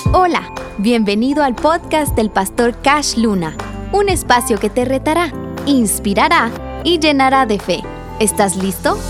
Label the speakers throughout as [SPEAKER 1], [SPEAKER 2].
[SPEAKER 1] Hola, bienvenido al podcast del Pastor Cash Luna, un espacio que te retará, inspirará y llenará de fe. ¿Estás listo?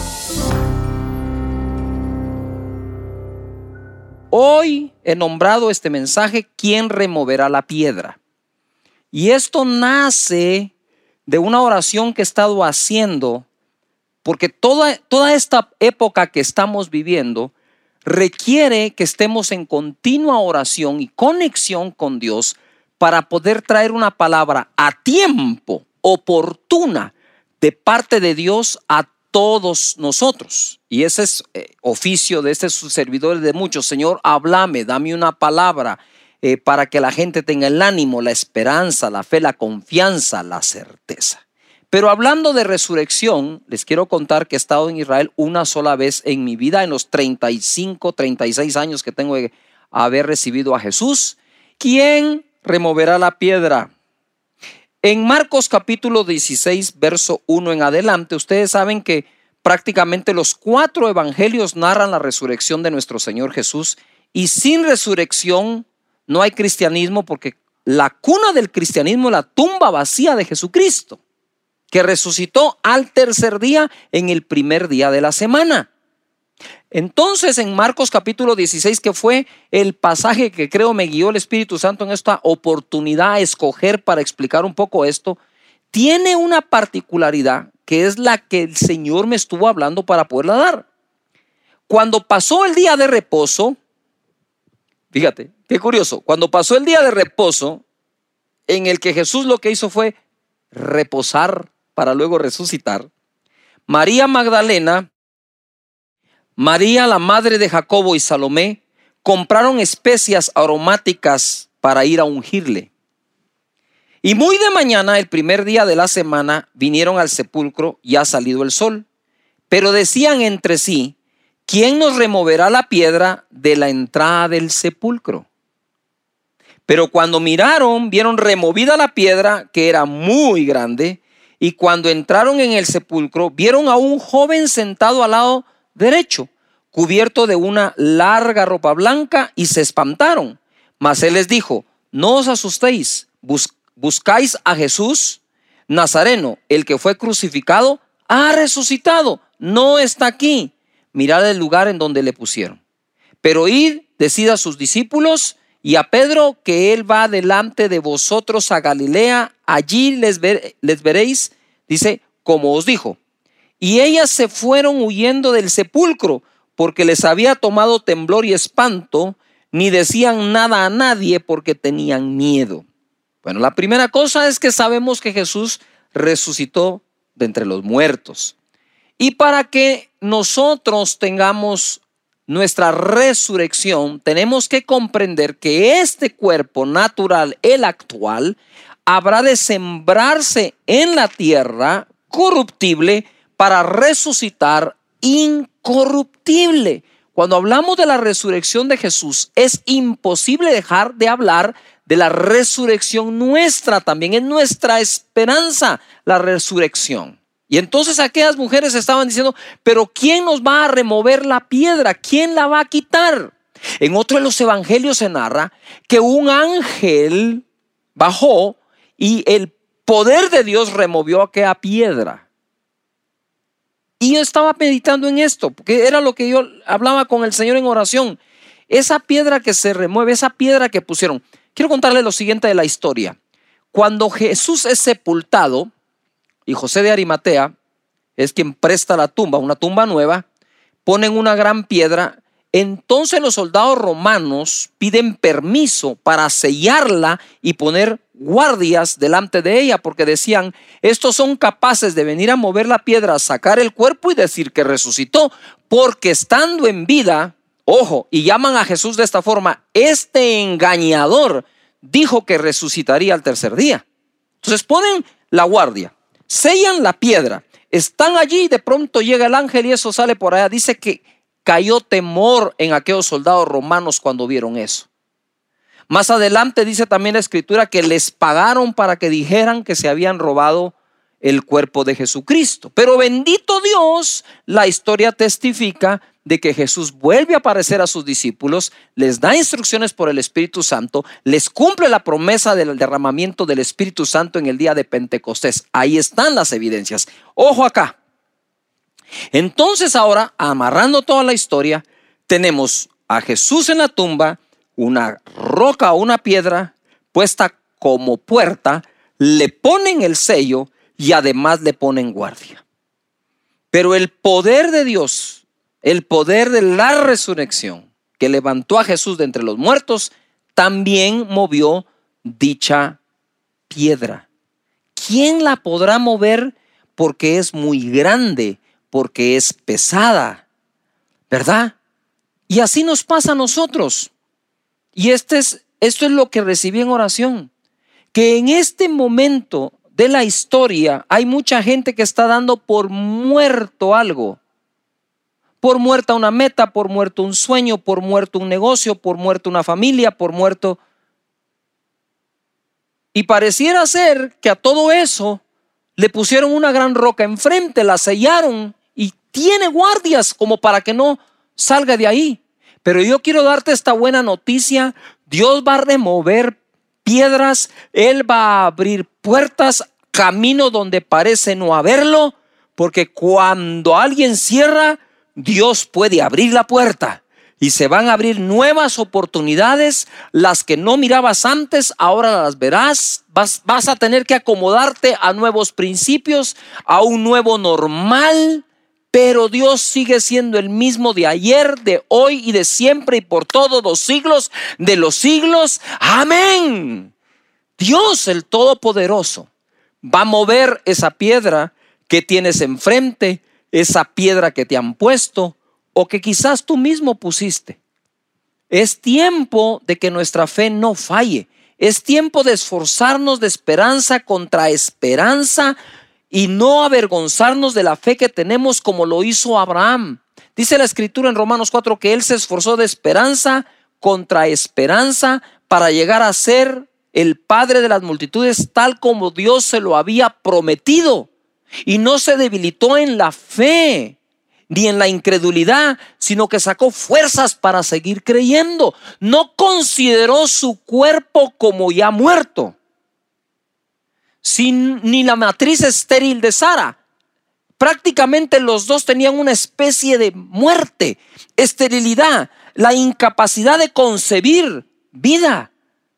[SPEAKER 2] Hoy he nombrado este mensaje ¿Quién removerá la piedra? Y esto nace de una oración que he estado haciendo, porque toda esta época que estamos viviendo requiere que estemos en continua oración y conexión con Dios para poder traer una palabra a tiempo, oportuna, de parte de Dios a todos nosotros. Y ese es oficio de su servidor y de muchos. Señor, háblame, dame una palabra para que la gente tenga el ánimo, la esperanza, la fe, la confianza, la certeza. Pero hablando de resurrección, les quiero contar que he estado en Israel una sola vez en mi vida, en los 35, 36 años que tengo de haber recibido a Jesús. ¿Quién removerá la piedra? En Marcos capítulo 16, verso 1 en adelante, ustedes saben que prácticamente los 4 evangelios narran la resurrección de nuestro Señor Jesús. Y sin resurrección no hay cristianismo, porque la cuna del cristianismo es la tumba vacía de Jesucristo, que resucitó al tercer día en el primer día de la semana. Entonces en Marcos capítulo 16, que fue el pasaje que creo me guió el Espíritu Santo en esta oportunidad a escoger para explicar un poco esto, tiene una particularidad que es la que el Señor me estuvo hablando para poderla dar. Cuando pasó el día de reposo, fíjate, qué curioso, cuando pasó el día de reposo, en el que Jesús lo que hizo fue reposar para luego resucitar, María Magdalena, María la madre de Jacobo y Salomé compraron especias aromáticas para ir a ungirle. Y muy de mañana, el primer día de la semana, vinieron al sepulcro ya salido el sol. Pero decían entre sí: ¿quién nos removerá la piedra de la entrada del sepulcro? Pero cuando miraron, vieron removida la piedra, que era muy grande. Y cuando entraron en el sepulcro, vieron a un joven sentado al lado derecho, cubierto de una larga ropa blanca, y se espantaron. Mas él les dijo: no os asustéis, buscáis a Jesús Nazareno, el que fue crucificado, ha resucitado, no está aquí. Mirad el lugar en donde le pusieron. Pero id, decid a sus discípulos y a Pedro que él va delante de vosotros a Galilea, allí les veréis, dice, como os dijo. Y ellas se fueron huyendo del sepulcro, porque les había tomado temblor y espanto, ni decían nada a nadie porque tenían miedo. Bueno, la primera cosa es que sabemos que Jesús resucitó de entre los muertos. Y para que nosotros tengamos nuestra resurrección, tenemos que comprender que este cuerpo natural, el actual, habrá de sembrarse en la tierra corruptible para resucitar incorruptible. Cuando hablamos de la resurrección de Jesús, es imposible dejar de hablar de la resurrección nuestra. También es nuestra esperanza la resurrección. Y entonces aquellas mujeres estaban diciendo: pero ¿quién nos va a remover la piedra? ¿Quién la va a quitar? En otro de los evangelios se narra que un ángel bajó y el poder de Dios removió aquella piedra. Y yo estaba meditando en esto, porque era lo que yo hablaba con el Señor en oración. Esa piedra que se remueve, esa piedra que pusieron. Quiero contarles lo siguiente de la historia. Cuando Jesús es sepultado, y José de Arimatea es quien presta la tumba, una tumba nueva, ponen una gran piedra. Entonces los soldados romanos piden permiso para sellarla y poner guardias delante de ella, porque decían: estos son capaces de venir a mover la piedra, sacar el cuerpo y decir que resucitó, porque estando en vida, ojo, y llaman a Jesús de esta forma: este engañador dijo que resucitaría al tercer día. Entonces ponen la guardia, sellan la piedra, están allí y de pronto llega el ángel y eso sale por allá. Dice que cayó temor en aquellos soldados romanos cuando vieron eso. Más adelante dice también la escritura que les pagaron para que dijeran que se habían robado el cuerpo de Jesucristo. Pero bendito Dios, la historia testifica de que Jesús vuelve a aparecer a sus discípulos, les da instrucciones por el Espíritu Santo, les cumple la promesa del derramamiento del Espíritu Santo en el día de Pentecostés. Ahí están las evidencias. Ojo acá. Entonces ahora, amarrando toda la historia, tenemos a Jesús en la tumba, una roca o una piedra puesta como puerta, le ponen el sello y además le ponen guardia. Pero el poder de Dios, el poder de la resurrección que levantó a Jesús de entre los muertos, también movió dicha piedra. ¿Quién la podrá mover? Porque es muy grande, porque es pesada, ¿verdad? Y así nos pasa a nosotros. Y esto es lo que recibí en oración, que en este momento de la historia hay mucha gente que está dando por muerto algo. Por muerta una meta, por muerto un sueño, por muerto un negocio, por muerto una familia, por muerto. Y pareciera ser que a todo eso le pusieron una gran roca enfrente, la sellaron y tiene guardias como para que no salga de ahí. Pero yo quiero darte esta buena noticia. Dios va a remover piedras, Él va a abrir puertas, camino donde parece no haberlo, porque cuando alguien cierra, Dios puede abrir la puerta y se van a abrir nuevas oportunidades. Las que no mirabas antes, ahora las verás. Vas a tener que acomodarte a nuevos principios, a un nuevo normal. Pero Dios sigue siendo el mismo de ayer, de hoy y de siempre y por todos los siglos de los siglos. Amén. Dios, el Todopoderoso, va a mover esa piedra que tienes enfrente, esa piedra que te han puesto o que quizás tú mismo pusiste. Es tiempo de que nuestra fe no falle. Es tiempo de esforzarnos de esperanza contra esperanza y no avergonzarnos de la fe que tenemos como lo hizo Abraham. Dice la Escritura en Romanos 4 que él se esforzó de esperanza contra esperanza para llegar a ser el padre de las multitudes tal como Dios se lo había prometido. Y no se debilitó en la fe ni en la incredulidad, sino que sacó fuerzas para seguir creyendo. No consideró su cuerpo como ya muerto, ni la matriz estéril de Sara. Prácticamente los dos tenían una especie de muerte, esterilidad, la incapacidad de concebir vida.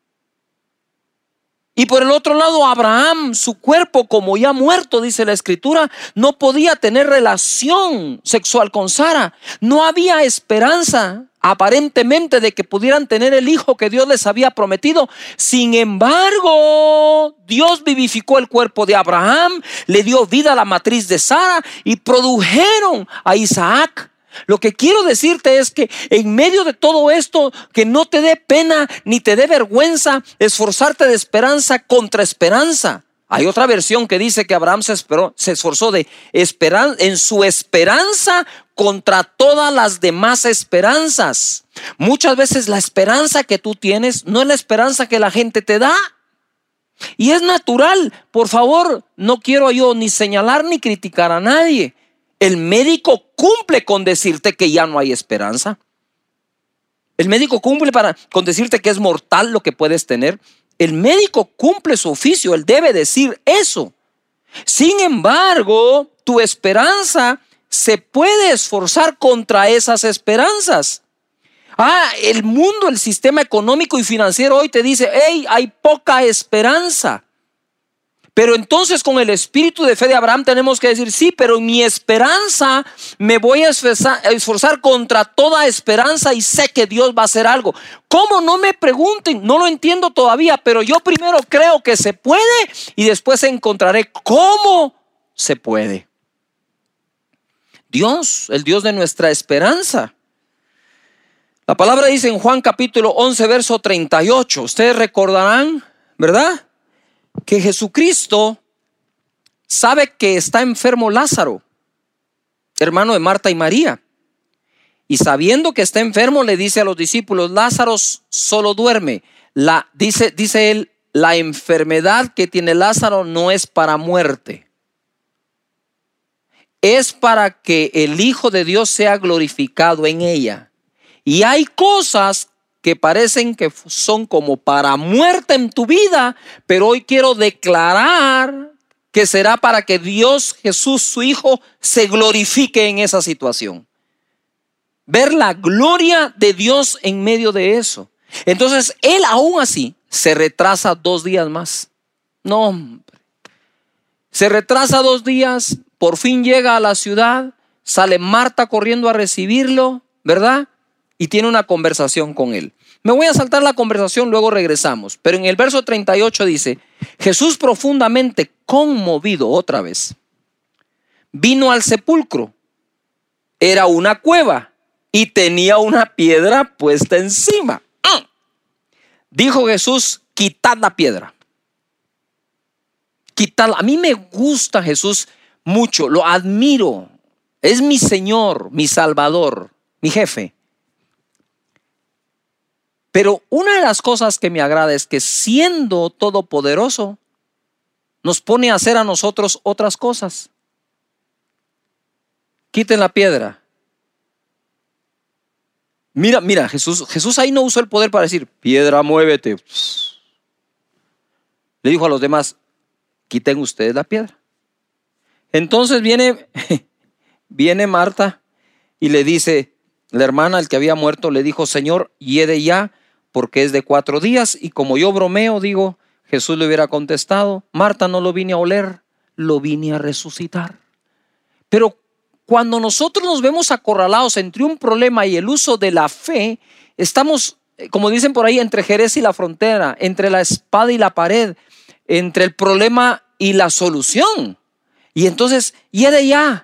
[SPEAKER 2] Y por el otro lado, Abraham, su cuerpo como ya muerto, dice la Escritura, no podía tener relación sexual con Sara. No había esperanza aparentemente de que pudieran tener el hijo que Dios les había prometido. Sin embargo, Dios vivificó el cuerpo de Abraham, le dio vida a la matriz de Sara y produjeron a Isaac. Lo que quiero decirte es que en medio de todo esto, que no te dé pena ni te dé vergüenza esforzarte de esperanza contra esperanza. Hay otra versión que dice que Abraham se esforzó de esperanza, en su esperanza contra todas las demás esperanzas. Muchas veces la esperanza que tú tienes no es la esperanza que la gente te da. Y es natural. Por favor, no quiero yo ni señalar ni criticar a nadie. El médico cumple con decirte que ya no hay esperanza. El médico cumple con decirte que es mortal lo que puedes tener. El médico cumple su oficio, él debe decir eso. Sin embargo, tu esperanza se puede esforzar contra esas esperanzas. El mundo, el sistema económico y financiero hoy te dice, hey, hay poca esperanza. Pero entonces con el espíritu de fe de Abraham tenemos que decir, sí, pero en mi esperanza me voy a esforzar contra toda esperanza y sé que Dios va a hacer algo. ¿Cómo? No me pregunten, no lo entiendo todavía, pero yo primero creo que se puede y después encontraré cómo se puede. Dios, el Dios de nuestra esperanza. La palabra dice en Juan capítulo 11, verso 38, ustedes recordarán, ¿verdad?, que Jesucristo sabe que está enfermo Lázaro, hermano de Marta y María. Y sabiendo que está enfermo, le dice a los discípulos, Lázaro solo duerme. Dice él, la enfermedad que tiene Lázaro no es para muerte. es para que el Hijo de Dios sea glorificado en ella. Y hay cosas que parecen que son como para muerte en tu vida, pero hoy quiero declarar que será para que Dios, Jesús, su Hijo, se glorifique en esa situación. Ver la gloria de Dios en medio de eso. Entonces, él aún así se retrasa 2 días más. No, hombre. Se retrasa 2 días, por fin llega a la ciudad, sale Marta corriendo a recibirlo, ¿verdad? Y tiene una conversación con él. Me voy a saltar la conversación, luego regresamos. Pero en el verso 38 dice: Jesús, profundamente conmovido otra vez, vino al sepulcro. Era una cueva y tenía una piedra puesta encima. Dijo Jesús: quitad la piedra. Quitadla. A mí me gusta Jesús mucho, lo admiro. Es mi Señor, mi Salvador, mi jefe. Pero una de las cosas que me agrada es que, siendo todopoderoso, nos pone a hacer a nosotros otras cosas. Quiten la piedra. Mira, Jesús ahí no usó el poder para decir: piedra, muévete. Le dijo a los demás: quiten ustedes la piedra. Entonces viene Marta y le dice, la hermana, el que había muerto, le dijo: Señor, hiede ya, porque es de 4 días. Y como yo bromeo, digo, Jesús le hubiera contestado: Marta, no lo vine a oler, lo vine a resucitar. Pero cuando nosotros nos vemos acorralados entre un problema y el uso de la fe, estamos, como dicen por ahí, entre Jerez y la frontera, entre la espada y la pared, entre el problema y la solución. Y entonces, hiede ya.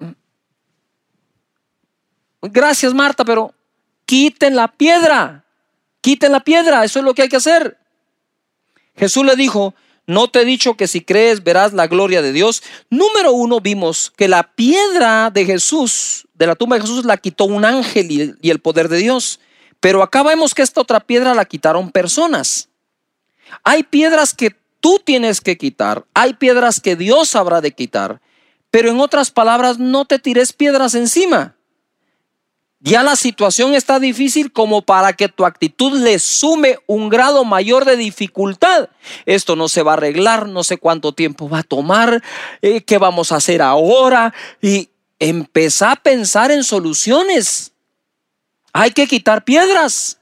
[SPEAKER 2] Gracias, Marta, pero quiten la piedra. Quiten la piedra, eso es lo que hay que hacer. Jesús le dijo: ¿no te he dicho que si crees verás la gloria de Dios? Número 1, vimos que la piedra de Jesús, de la tumba de Jesús, la quitó un ángel y el poder de Dios. Pero acá vemos que esta otra piedra la quitaron personas. Hay piedras que tú tienes que quitar, hay piedras que Dios habrá de quitar. Pero en otras palabras, no te tires piedras encima. Ya la situación está difícil como para que tu actitud le sume un grado mayor de dificultad. Esto no se va a arreglar, no sé cuánto tiempo va a tomar, qué vamos a hacer ahora. Y empezá a pensar en soluciones. Hay que quitar piedras.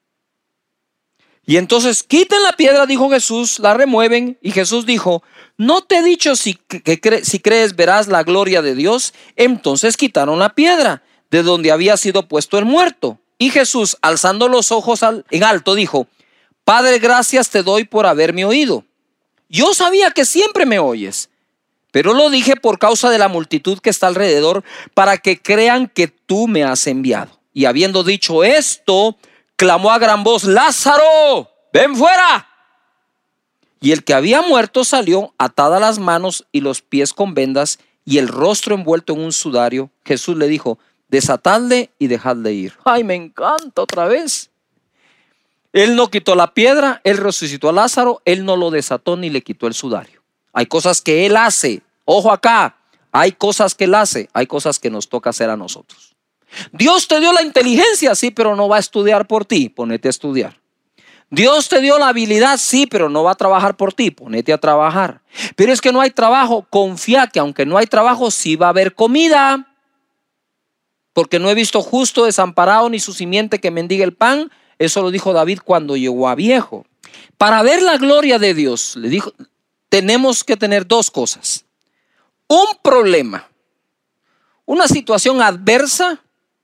[SPEAKER 2] Y entonces quiten la piedra, dijo Jesús, la remueven. Y Jesús dijo: ¿no te he dicho si crees verás la gloria de Dios? Entonces quitaron la piedra de donde había sido puesto el muerto. Y Jesús, alzando los ojos en alto, dijo: Padre, gracias te doy por haberme oído. Yo sabía que siempre me oyes, pero lo dije por causa de la multitud que está alrededor, para que crean que tú me has enviado. Y habiendo dicho esto, clamó a gran voz: Lázaro, ven fuera. Y el que había muerto salió, atadas las manos y los pies con vendas y el rostro envuelto en un sudario. Jesús le dijo: desatadle y dejadle ir. Ay, me encanta otra vez. Él no quitó la piedra, él resucitó a Lázaro, él no lo desató ni le quitó el sudario. Hay cosas que él hace. Ojo acá, hay cosas que él hace, hay cosas que nos toca hacer a nosotros. Dios te dio la inteligencia, sí, pero no va a estudiar por ti. Ponete a estudiar. Dios te dio la habilidad, sí, pero no va a trabajar por ti. Ponete a trabajar. Pero es que no hay trabajo. Confía que aunque no hay trabajo, sí va a haber comida. Porque no he visto justo desamparado ni su simiente que mendigue el pan. Eso lo dijo David cuando llegó a viejo. Para ver la gloria de Dios, le dijo, tenemos que tener 2 cosas. Un problema, una situación adversa,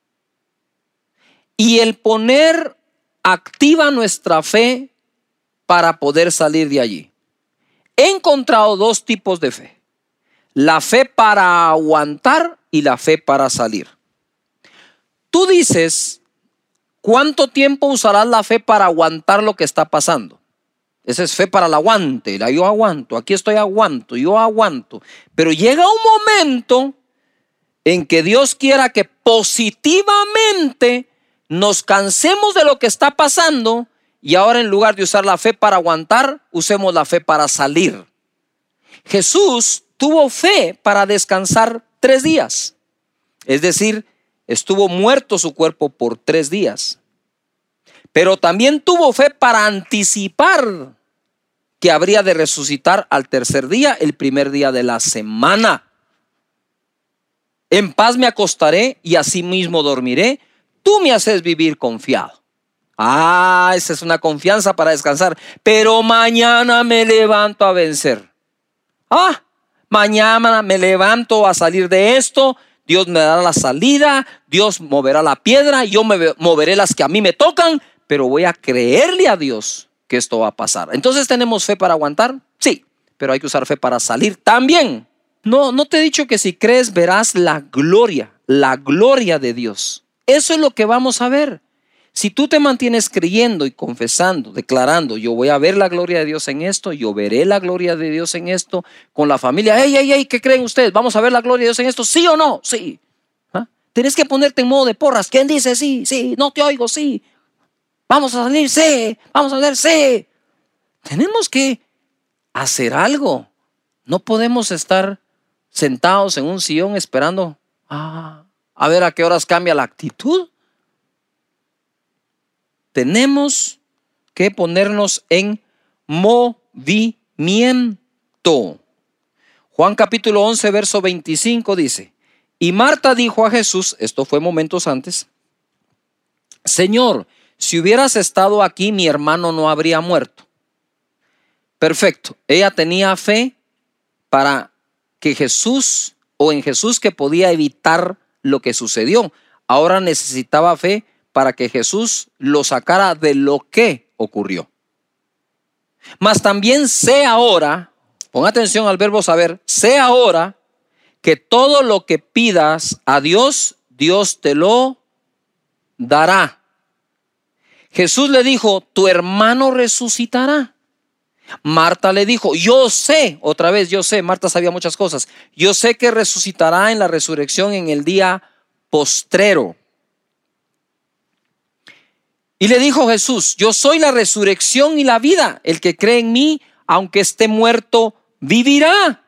[SPEAKER 2] y el poner activa nuestra fe para poder salir de allí. He encontrado 2 tipos de fe: la fe para aguantar y la fe para salir. Tú dices: ¿cuánto tiempo usarás la fe para aguantar lo que está pasando? Esa es fe para el aguante. Yo aguanto, aquí estoy, aguanto, yo aguanto. Pero llega un momento en que Dios quiera que positivamente nos cansemos de lo que está pasando, y ahora, en lugar de usar la fe para aguantar, usemos la fe para salir. Jesús tuvo fe para descansar 3 días. Es decir, estuvo muerto su cuerpo por 3 días. Pero también tuvo fe para anticipar que habría de resucitar al tercer día, el primer día de la semana. En paz me acostaré y asimismo dormiré. Tú me haces vivir confiado. Esa es una confianza para descansar. Pero mañana me levanto a vencer. Mañana me levanto a salir de esto. Dios me dará la salida. Dios moverá la piedra. Yo me moveré las que a mí me tocan. Pero voy a creerle a Dios que esto va a pasar. Entonces, ¿tenemos fe para aguantar? Sí, pero hay que usar fe para salir también. No te he dicho que si crees verás la gloria de Dios. Eso es lo que vamos a ver. Si tú te mantienes creyendo y confesando, declarando, yo voy a ver la gloria de Dios en esto, yo veré la gloria de Dios en esto, con la familia, ¡Ey! ¿Qué creen ustedes? ¿Vamos a ver la gloria de Dios en esto? ¿Sí o no? Sí. Tienes que ponerte en modo de porras. ¿Quién dice sí? Sí, no te oigo, sí. Vamos a salir, sí. Vamos a ver, sí. Tenemos que hacer algo. No podemos estar sentados en un sillón esperando a ver a qué horas cambia la actitud. Tenemos que ponernos en movimiento. Juan capítulo 11, verso 25 dice: y Marta dijo a Jesús, esto fue momentos antes: Señor, si hubieras estado aquí, mi hermano no habría muerto. Perfecto. Ella tenía fe para que Jesús, o en Jesús, que podía evitar lo que sucedió. Ahora necesitaba fe para que Jesús lo sacara de lo que ocurrió. Mas también sé ahora, pon atención al verbo saber, sé ahora que todo lo que pidas a Dios, Dios te lo dará. Jesús le dijo, tu hermano resucitará. Marta le dijo, yo sé, otra vez yo sé, Marta sabía muchas cosas, yo sé que resucitará en la resurrección en el día postrero. Y le dijo Jesús, yo soy la resurrección y la vida, el que cree en mí, aunque esté muerto, vivirá.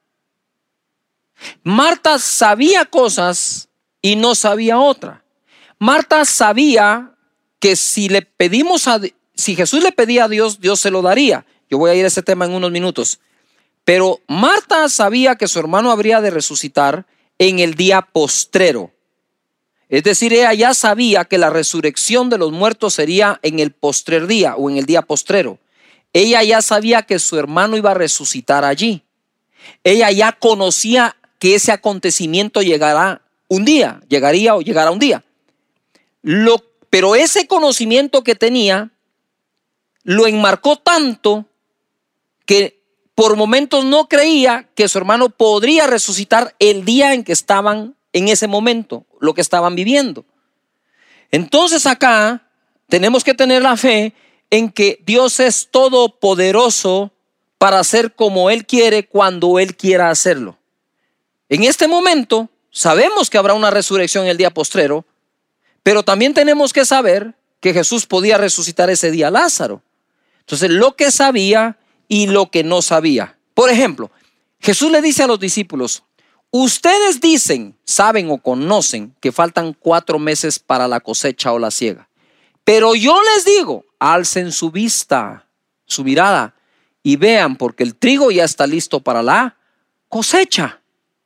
[SPEAKER 2] Marta sabía cosas y no sabía otra. Marta sabía que si Jesús le pedía a Dios, Dios se lo daría. Yo voy a ir a ese tema en unos minutos. Pero Marta sabía que su hermano habría de resucitar en el día postrero. Es decir, ella ya sabía que la resurrección de los muertos sería en el postrer día o en el día postrero. Ella ya sabía que su hermano iba a resucitar allí. Ella ya conocía que ese acontecimiento llegará un día, llegará un día. Pero ese conocimiento que tenía lo enmarcó tanto que por momentos no creía que su hermano podría resucitar el día en que estaban en ese momento, lo que estaban viviendo. Entonces acá tenemos que tener la fe en que Dios es todopoderoso para hacer como Él quiere cuando Él quiera hacerlo. En este momento sabemos que habrá una resurrección el día postrero, pero también tenemos que saber que Jesús podía resucitar ese día a Lázaro. Entonces, lo que sabía y lo que no sabía. Por ejemplo, Jesús le dice a los discípulos, ustedes dicen, saben o conocen que faltan 4 meses para la cosecha o la siega. Pero yo les digo, alcen su mirada y vean, porque el trigo ya está listo para la cosecha.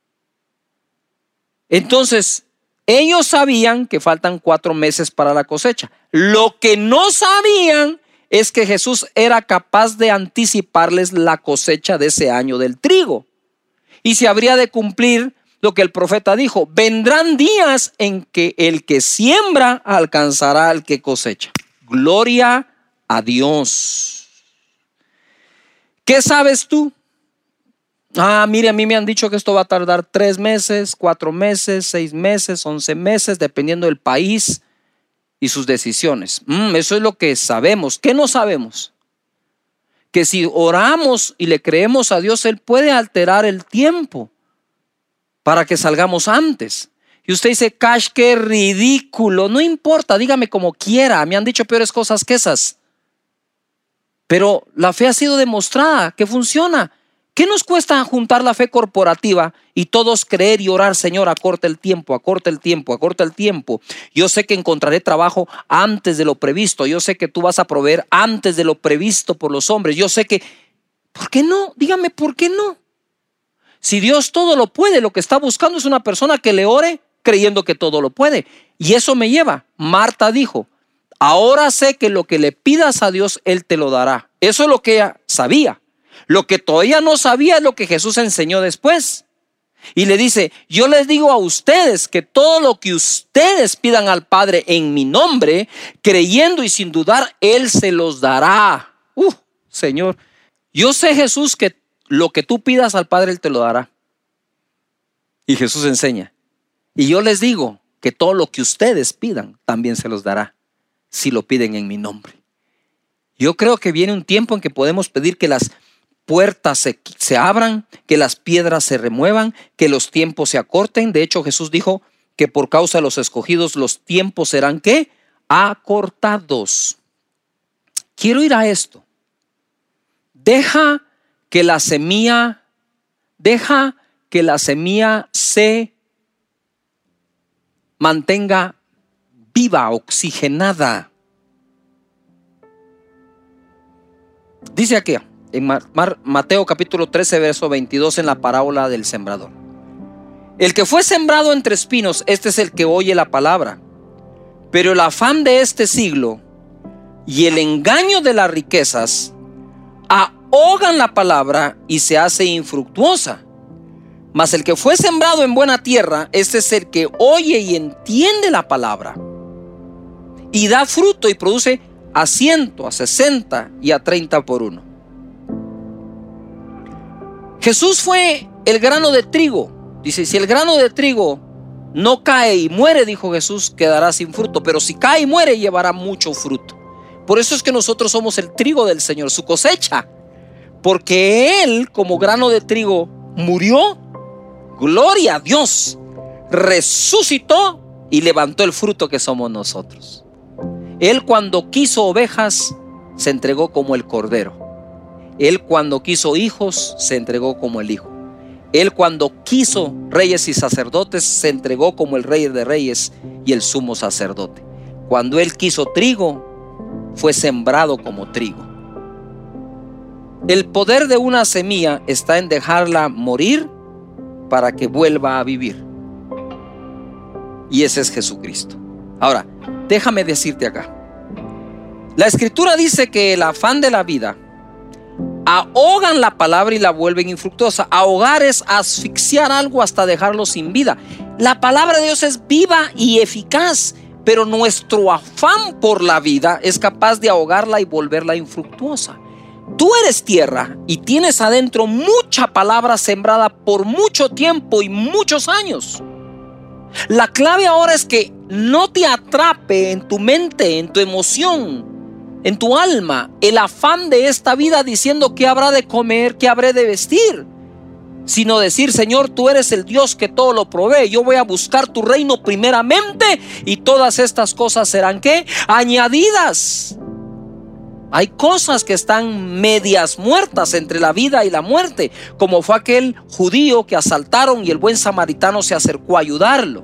[SPEAKER 2] Entonces, ellos sabían que faltan 4 meses para la cosecha. Lo que no sabían es que Jesús era capaz de anticiparles la cosecha de ese año del trigo. Y se habría de cumplir lo que el profeta dijo: vendrán días en que el que siembra alcanzará al que cosecha. Gloria a Dios. ¿Qué sabes tú? Mire, a mí me han dicho que esto va a tardar 3 meses, 4 meses, 6 meses, 11 meses, dependiendo del país y sus decisiones. Eso es lo que sabemos. ¿Qué no sabemos? Que si oramos y le creemos a Dios, Él puede alterar el tiempo para que salgamos antes. Y usted dice, Cash, qué ridículo. No importa, dígame como quiera. Me han dicho peores cosas que esas. Pero la fe ha sido demostrada que funciona. ¿Qué nos cuesta juntar la fe corporativa y todos creer y orar? Señor, acorta el tiempo, acorta el tiempo, acorta el tiempo. Yo sé que encontraré trabajo antes de lo previsto. Yo sé que tú vas a proveer antes de lo previsto por los hombres. Yo sé que, ¿por qué no? Dígame, ¿por qué no? Si Dios todo lo puede, lo que está buscando es una persona que le ore creyendo que todo lo puede. Y eso me lleva. Marta dijo, ahora sé que lo que le pidas a Dios, Él te lo dará. Eso es lo que ella sabía. Lo que todavía no sabía es lo que Jesús enseñó después. Y le dice, yo les digo a ustedes que todo lo que ustedes pidan al Padre en mi nombre, creyendo y sin dudar, Él se los dará. Señor, yo sé, Jesús, que lo que tú pidas al Padre, Él te lo dará. Y Jesús enseña, y yo les digo que todo lo que ustedes pidan, también se los dará, si lo piden en mi nombre. Yo creo que viene un tiempo en que podemos pedir que las puertas se abran, que las piedras se remuevan, que los tiempos se acorten. De hecho, Jesús dijo que por causa de los escogidos los tiempos serán ¿qué? Acortados. Quiero ir a esto. Deja que la semilla se mantenga viva, oxigenada. Dice aquí en Mateo capítulo 13 verso 22 en la parábola del sembrador. El que fue sembrado entre espinos, este es el que oye la palabra, pero el afán de este siglo y el engaño de las riquezas ahogan la palabra y se hace infructuosa. Mas el que fue sembrado en buena tierra, este es el que oye y entiende la palabra y da fruto y produce a 100, a 60 y a 30 por uno. Jesús fue el grano de trigo. Dice, si el grano de trigo no cae y muere, dijo Jesús, quedará sin fruto. Pero si cae y muere, llevará mucho fruto. Por eso es que nosotros somos el trigo del Señor, su cosecha. Porque Él, como grano de trigo, murió, gloria a Dios, resucitó y levantó el fruto que somos nosotros. Él cuando quiso ovejas, se entregó como el cordero. Él cuando quiso hijos, se entregó como el hijo. Él cuando quiso reyes y sacerdotes, se entregó como el rey de reyes y el sumo sacerdote. Cuando Él quiso trigo, fue sembrado como trigo. El poder de una semilla está en dejarla morir para que vuelva a vivir. Y ese es Jesucristo. Ahora, déjame decirte acá. La Escritura dice que el afán de la vida ahogan la palabra y la vuelven infructuosa. Ahogar es asfixiar algo hasta dejarlo sin vida. La palabra de Dios es viva y eficaz, pero nuestro afán por la vida es capaz de ahogarla y volverla infructuosa. Tú eres tierra y tienes adentro mucha palabra sembrada por mucho tiempo y muchos años. La clave ahora es que no te atrape en tu mente, en tu emoción, en tu alma, el afán de esta vida diciendo qué habrá de comer, qué habré de vestir, sino decir, Señor, tú eres el Dios que todo lo provee. Yo voy a buscar tu reino primeramente y todas estas cosas serán ¿qué? Añadidas. Hay cosas que están medias muertas entre la vida y la muerte, como fue aquel judío que asaltaron y el buen samaritano se acercó a ayudarlo.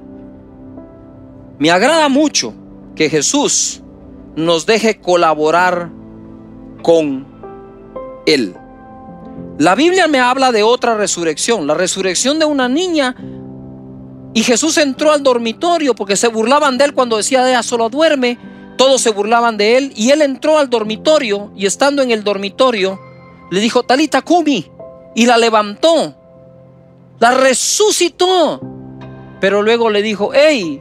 [SPEAKER 2] Me agrada mucho que Jesús nos deje colaborar con Él. La Biblia me habla de otra resurrección, la resurrección de una niña. Y Jesús entró al dormitorio porque se burlaban de Él cuando decía, ella solo duerme. Todos se burlaban de Él y Él entró al dormitorio y estando en el dormitorio le dijo, Talita Kumi, y la levantó, la resucitó. Pero luego le dijo, hey,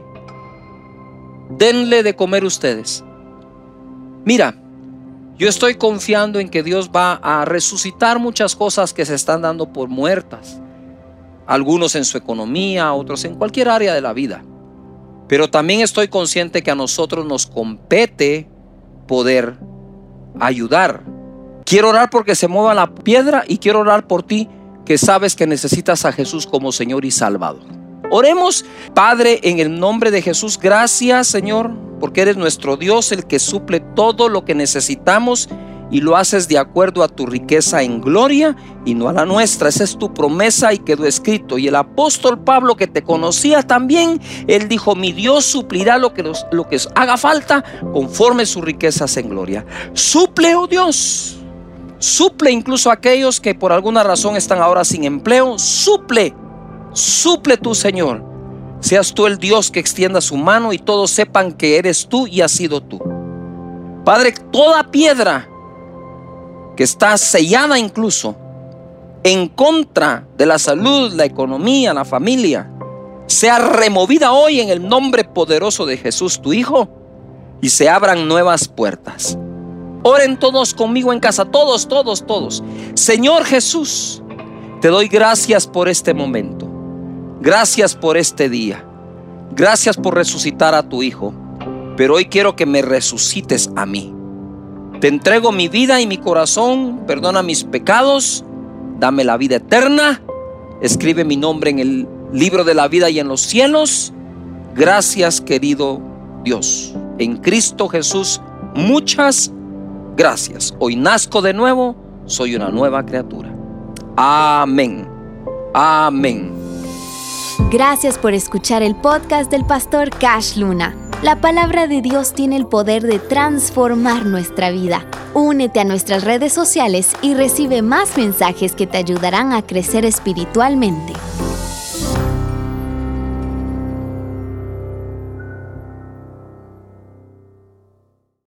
[SPEAKER 2] denle de comer ustedes. Mira, yo estoy confiando en que Dios va a resucitar muchas cosas que se están dando por muertas. Algunos en su economía, otros en cualquier área de la vida. Pero también estoy consciente que a nosotros nos compete poder ayudar. Quiero orar porque se mueva la piedra y quiero orar por ti que sabes que necesitas a Jesús como Señor y Salvador. Oremos. Padre, en el nombre de Jesús, gracias, Señor, porque eres nuestro Dios, el que suple todo lo que necesitamos y lo haces de acuerdo a tu riqueza en gloria y no a la nuestra. Esa es tu promesa y quedó escrito. Y el apóstol Pablo, que te conocía también, él dijo: mi Dios suplirá lo que haga falta conforme sus riquezas en gloria. Suple, oh Dios, suple incluso a aquellos que por alguna razón están ahora sin empleo. Suple tú, Señor. Seas tú el Dios que extienda su mano y todos sepan que eres tú y has sido tú. Padre, toda piedra que está sellada incluso en contra de la salud, la economía, la familia, sea removida hoy en el nombre poderoso de Jesús, tu Hijo, y se abran nuevas puertas. Oren todos conmigo en casa, todos. Señor Jesús, te doy gracias por este momento. Gracias por este día. Gracias por resucitar a tu Hijo. Pero hoy quiero que me resucites a mí. Te entrego mi vida y mi corazón. Perdona mis pecados. Dame la vida eterna. Escribe mi nombre en el libro de la vida y en los cielos. Gracias, querido Dios. En Cristo Jesús, muchas gracias. Hoy nazco de nuevo. Soy una nueva criatura. Amén. Amén.
[SPEAKER 1] Gracias por escuchar el podcast del pastor Cash Luna. La palabra de Dios tiene el poder de transformar nuestra vida. Únete a nuestras redes sociales y recibe más mensajes que te ayudarán a crecer espiritualmente.